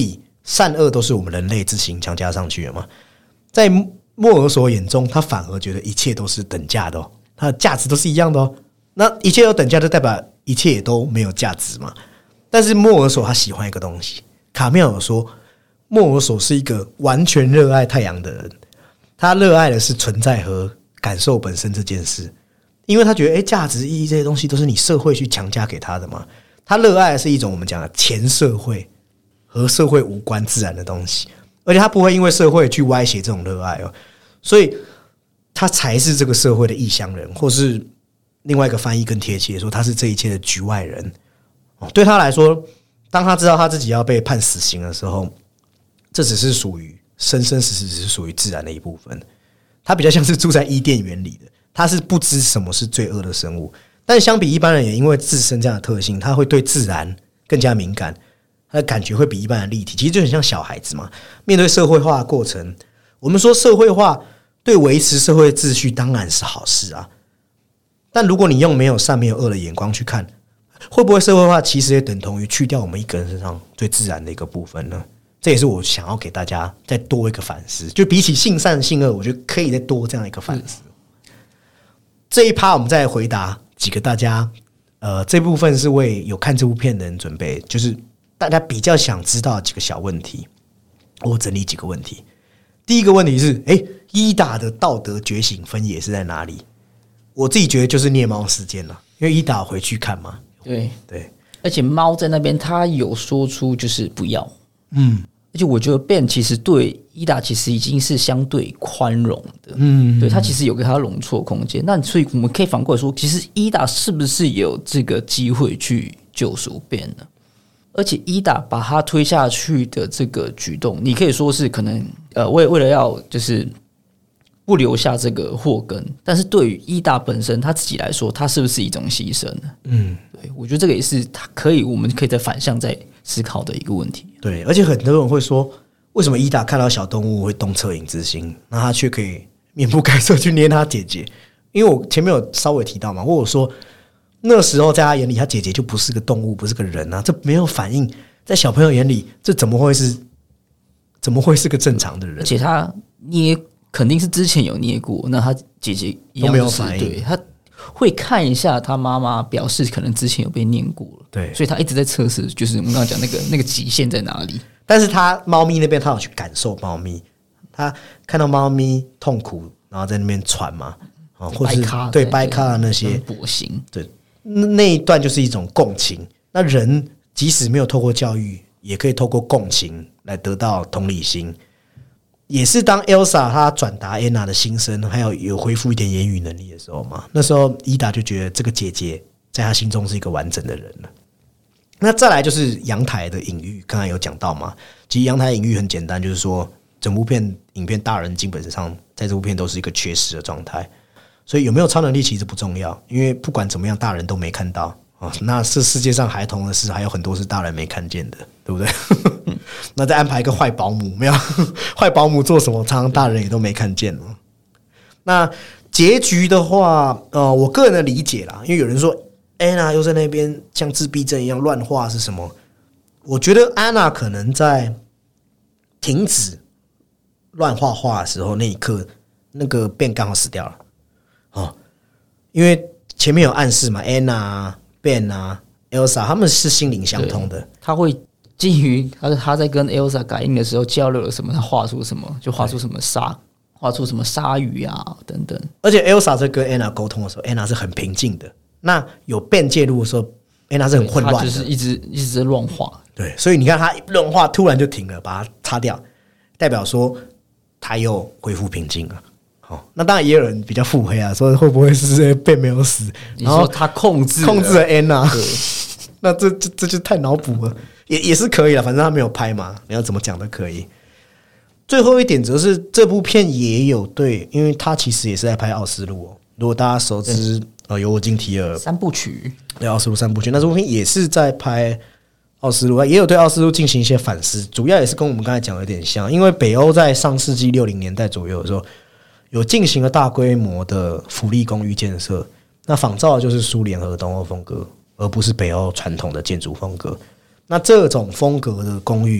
善恶都是我们人类自行强加上去的嘛。在莫尔索眼中，他反而觉得一切都是等价的哦，它的价值都是一样的哦。那一切都等价，就代表一切也都没有价值嘛。但是莫尔索他喜欢一个东西，卡缪有说，莫尔索是一个完全热爱太阳的人，他热爱的是存在和感受本身这件事，因为他觉得，哎，价值意义这些东西都是你社会去强加给他的嘛。他热爱的是一种我们讲的前社会和社会无关自然的东西，而且他不会因为社会去歪斜这种热爱哦，所以他才是这个社会的异乡人，或是另外一个翻译更贴切说，他是这一切的局外人。对他来说，当他知道他自己要被判死刑的时候，这只是属于生生死死，只是属于自然的一部分。他比较像是住在伊甸园里的，他是不知什么是罪恶的生物。但相比一般人，也因为自身这样的特性，他会对自然更加敏感，他的感觉会比一般人立体。其实就很像小孩子嘛，面对社会化的过程，我们说社会化对维持社会秩序当然是好事啊。但如果你用没有善没有恶的眼光去看，会不会社会化其实也等同于去掉我们一个人身上最自然的一个部分呢？这也是我想要给大家再多一个反思，就比起性善性恶，我觉得可以再多这样一个反思。嗯、这一趴我们再回答几个大家，呃，这部分是为有看这部片的人准备，就是大家比较想知道几个小问题，我整理几个问题。第一个问题是，哎，伊达的道德觉醒分野是在哪里？我自己觉得就是猎猫事件了，因为伊达回去看嘛。 对对， 而且猫在那边，他有说出就是不要， 嗯， 而且我觉得 Ben 其实对伊达其实已经是相对宽容的， 嗯， 对他其实有给他容错空间。那所以我们可以反过来说，其实伊达是不是有这个机会去救赎 Ben 呢？而且伊达把他推下去的这个举动，你可以说是可能呃为为了要就是不留下这个祸根，但是对于伊达本身他自己来说，他是不是一种牺牲呢？嗯，对，我觉得这个也是他可以，我们可以再反向再思考的一个问题。 对，而且很多人会说，为什么伊达看到小动物会动恻隐之心，那他却可以面不改色去捏他姐姐？因为我前面有稍微提到嘛，或者说那时候在他眼里，他姐姐就不是个动物，不是个人啊，这没有反应，在小朋友眼里，这怎么会是怎么会是个正常的人？ 而且他捏。肯定是之前有捏过，那他姐姐一样、就是、 都没有反应， 对，他会看一下他妈妈，表示可能之前有被念过了， 对， 所以他一直在测试，就是我们刚刚讲那个那个极限在哪里。 但是他猫咪那边，他有去感受猫咪，他看到猫咪痛苦，然后在那边喘嘛，哦，或是对掰卡那些跛行， 对，那一段就是一种共情。那人即使没有透过教育，也可以透过共情来得到同理心。也是当 Elsa 她转达 Anna 的心声，还有有恢复一点言语能力的时候嘛，那时候伊达就觉得这个姐姐在她心中是一个完整的人了。那再来就是阳台的隐喻，刚才有讲到嘛，其实阳台隐喻很简单，就是说整部片影片大人基本上在这部片都是一个缺失的状态，所以有没有超能力其实不重要，因为不管怎么样大人都没看到、哦、那这世界上孩童的事还有很多是大人没看见的，对不对？那再安排一个坏保姆，没有坏保姆做什么，常常大人也都没看见了。那结局的话，呃，我个人的理解啦，因为有人说安娜又在那边像自闭症一样乱画是什么？我觉得安娜可能在停止乱画画的时候那一刻，那个Ben刚好死掉了哦，因为前面有暗示嘛，安娜、Ben 啊、Elsa 他们是心灵相通的， 他会。基于他他在跟 Elsa 感应的时候交流了什么，他画出什么，就画出什么鲨，画出什么鲨鱼啊等等。 而且 Elsa 在跟 Anna 沟通的时候 ，Anna 是很平静的。那有 Ben 介入的时候 ，Anna 是很混乱的， 就是一直一直在乱画。 对，所以你看他乱画，突然就停了，把它擦掉，代表说他又恢复平静了。哦，那当然也有人比较腹黑啊，说会不会是 Ben 没有死， 然后他控制控制了 Anna？ 那这这这就太脑补了。也也是可以了，反正他没有拍嘛，你要怎么讲都可以。最后一点则是这部片也有对，因为他其实也是在拍奥斯陆哦。如果大家熟知呃由我金提尔三部曲， 对奥斯陆三部曲，那这部片也是在拍奥斯陆，也有对奥斯陆进行一些反思，主要也是跟我们刚才讲的有点像，因为北欧在上世纪六零年代左右的时候，有进行了大规模的福利公寓建设，那仿照的就是苏联和东欧风格，而不是北欧传统的建筑风格。那这种风格的公寓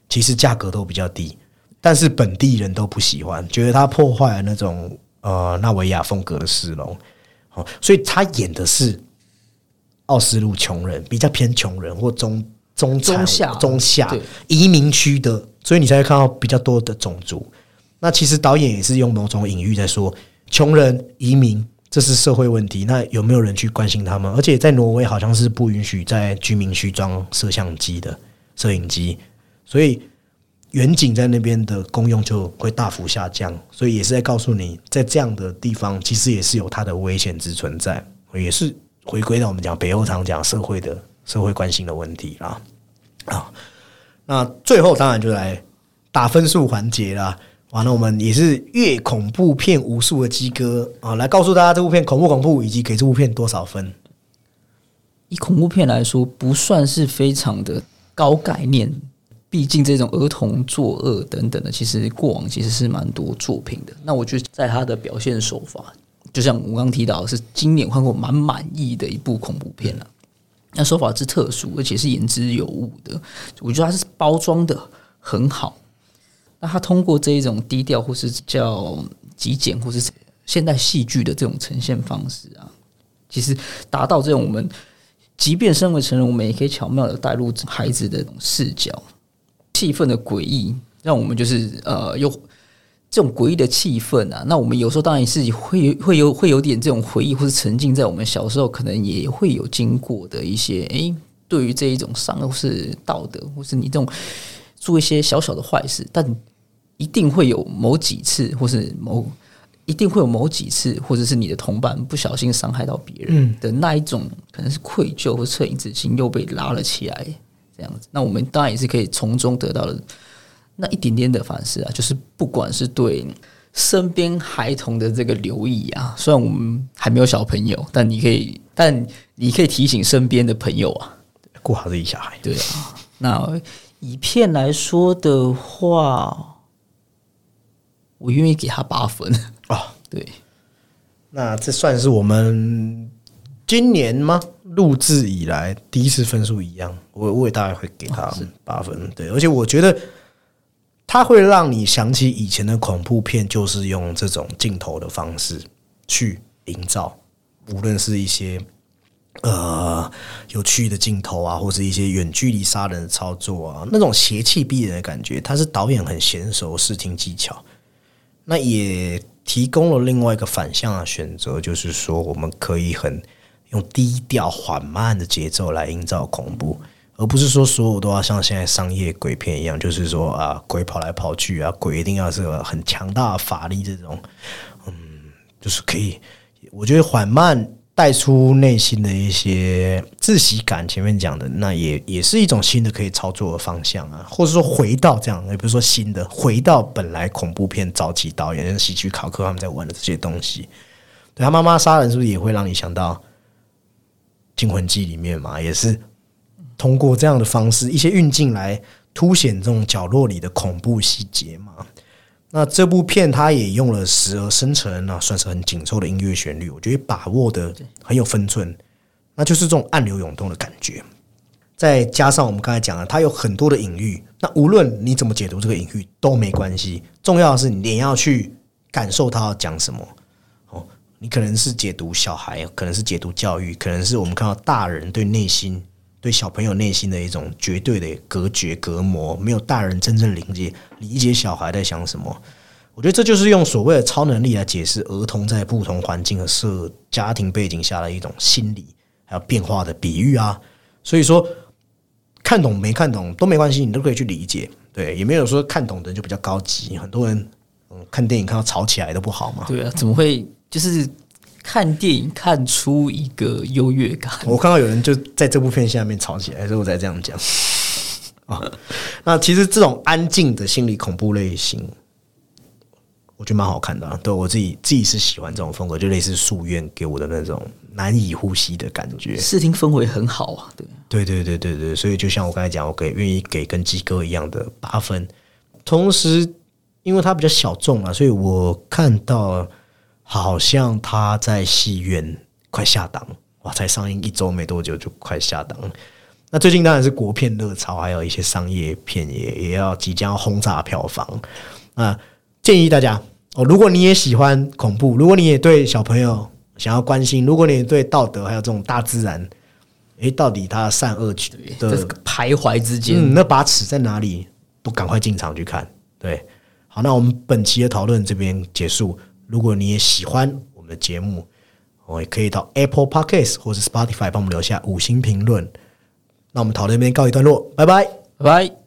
其实价格都比较低，但是本地人都不喜欢，觉得他破坏了那种呃纳维亚风格的市容。哦，所以他演的是奥斯陆穷人，比较偏穷人或中中中下中下移民区的，所以你才会看到比较多的种族。那其实导演也是用某种隐喻在说，穷人移民这是社会问题，那有没有人去关心他们？而且在挪威好像是不允许在居民区装摄像机的摄影机，所以远景在那边的功用就会大幅下降。所以也是在告诉你，在这样的地方其实也是有它的危险之存在，也是回归到我们讲北欧常讲社会的社会关心的问题啦。啊，那最后当然就来打分数环节啦。完了，我们也是阅恐怖片无数的鸡哥啊，来告诉大家这部片恐不恐怖，以及给这部片多少分。 以恐怖片来说，不算是非常的高概念，毕竟这种儿童作恶等等的，其实过往其实是蛮多作品的。那我觉得在他的表现手法，就像我刚刚提到的，是今年看过蛮满意的一部恐怖片了。那手法之特殊，而且是言之有物的，我觉得它是包装的很好。那他通过这一种低调或是叫极简或是现代戏剧的这种呈现方式啊，其实达到这种我们即便身为成人，我们也可以巧妙的带入孩子的这种视角，气氛的诡异，让我们就是呃有这种诡异的气氛啊。那我们有时候当然是会会有会有点这种回忆，或是沉浸在我们小时候可能也会有经过的一些诶，对于这一种伤或是道德，或是你这种做一些小小的坏事，但一定会有某几次，或是某一定会有某几次，或者是你的同伴不小心伤害到别人的那一种，可能是愧疚或恻隐之心又被拉了起来，这样子。那我们当然也是可以从中得到的那一点点的反思啊，就是不管是对身边孩童的这个留意啊，虽然我们还没有小朋友，但你可以，但你可以提醒身边的朋友啊， 顾好自己小孩。 对啊，那以片来说的话，我愿意给他八分哦。 对， 那这算是我们今年吗？录制以来第一次分数一样，我我也大概会给他八分。对，而且我觉得它会让你想起以前的恐怖片，就是用这种镜头的方式去营造，无论是一些呃有趣的镜头啊，或是一些远距离杀人的操作啊，那种邪气逼人的感觉，它是导演很娴熟视听技巧。那也提供了另外一个反向的选择，就是说我们可以很用低调缓慢的节奏来营造恐怖，而不是说所有都要像现在商业鬼片一样，就是说啊鬼跑来跑去啊，鬼一定要是个很强大的法力这种，嗯，就是可以，我觉得缓慢带出内心的一些窒息感，前面讲的那也也是一种新的可以操作的方向啊，或者说回到这样，也不是说新的，回到本来恐怖片早期导演像希区考克他们在玩的这些东西。对，他妈妈杀人是不是也会让你想到《惊魂记》里面嘛？也是通过这样的方式，一些运镜来凸显这种角落里的恐怖细节嘛。那这部片它也用了时而深沉啊，算是很紧凑的音乐旋律，我觉得把握的很有分寸，那就是这种暗流涌动的感觉。再加上我们刚才讲的，它有很多的隐喻，那无论你怎么解读这个隐喻都没关系，重要的是你要去感受它要讲什么。哦，你可能是解读小孩，可能是解读教育，可能是我们看到大人对内心。对小朋友内心的一种绝对的隔绝隔膜，没有大人真正理解理解小孩在想什么。我觉得这就是用所谓的超能力来解释儿童在不同环境和社家庭背景下的一种心理还有变化的比喻啊。所以说看懂没看懂都没关系，你都可以去理解。对，也没有说看懂的人就比较高级。很多人、嗯、看电影看到吵起来都不好嘛。 对啊，怎么会就是看电影看出一个优越感？ 我看到有人就在这部片下面吵起来，所以我才这样讲。啊，那其实这种安静的心理恐怖类型，我觉得蛮好看的、啊。对我自己自己是喜欢这种风格，就类似《夙愿》给我的那种难以呼吸的感觉， 视听氛围很好啊。对， 对对对对对，所以就像我刚才讲，我给愿意给跟鸡哥一样的八分。同时，因为它比较小众啊，所以我看到。好像他在戏院快下档，哇！才上映一周没多久就快下档， 那最近当然是国片热潮，还有一些商业片也也要即将轰炸票房。那建议大家哦，如果你也喜欢恐怖，如果你也对小朋友想要关心，如果你也对道德还有这种大自然，诶，到底它善恶的这个徘徊之间， 嗯，那把尺在哪里？都赶快进场去看。对，好，那我们本期的讨论这边结束。如果你也喜欢我们的节目，我也可以到 Apple Podcast 或是 Spotify 帮我们留下五星评论。那我们讨论这边告一段落，拜拜， 拜拜。